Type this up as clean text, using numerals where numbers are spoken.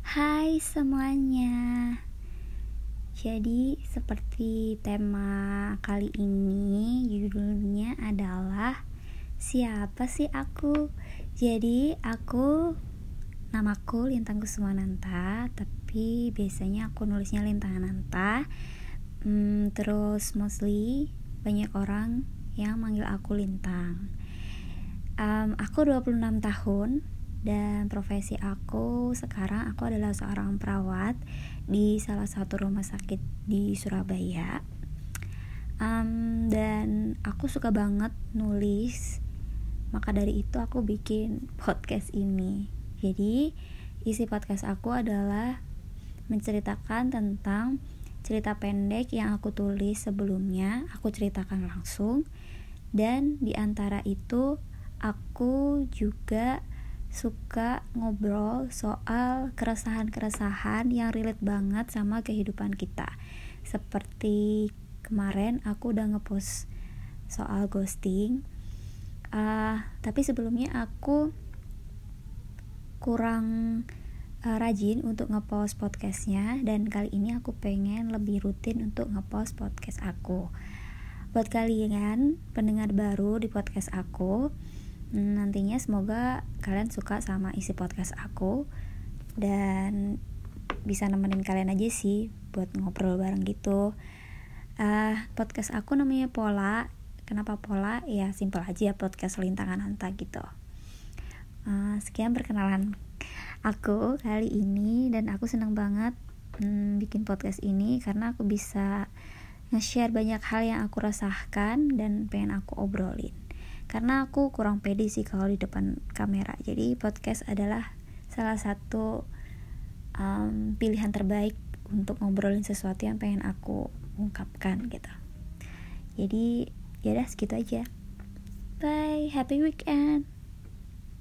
Hai semuanya. Jadi seperti tema kali ini, judulnya adalah siapa sih aku? Jadi namaku Lintang Kussumananta, tapi biasanya aku nulisnya Lintang Ananta. Terus mostly banyak orang yang manggil aku Lintang. Aku 26 tahun. Dan profesi aku sekarang, aku adalah seorang perawat di salah satu rumah sakit di Surabaya. Dan aku suka banget nulis, maka dari itu aku bikin podcast ini. Jadi isi podcast aku adalah menceritakan tentang cerita pendek yang aku tulis sebelumnya, aku ceritakan langsung. Dan di antara itu aku juga suka ngobrol soal keresahan-keresahan yang relate banget sama kehidupan kita. Seperti kemarin aku udah ngepost soal ghosting, tapi sebelumnya aku kurang rajin untuk ngepost podcastnya, dan kali ini aku pengen lebih rutin untuk ngepost podcast aku. Buat kalian pendengar baru di podcast aku, nantinya semoga kalian suka sama isi podcast aku dan bisa nemenin kalian aja sih buat ngobrol bareng gitu. Podcast aku namanya Pola. Kenapa Pola? Ya simpel aja, podcast Lintang Ananta gitu. Sekian perkenalan aku kali ini, dan aku senang banget bikin podcast ini karena aku bisa nge-share banyak hal yang aku rasakan dan pengen aku obrolin. Karena aku kurang pede sih kalau di depan kamera. Jadi podcast adalah salah satu pilihan terbaik untuk ngobrolin sesuatu yang pengen aku ungkapkan gitu. Jadi ya udah segitu aja. Bye, happy weekend.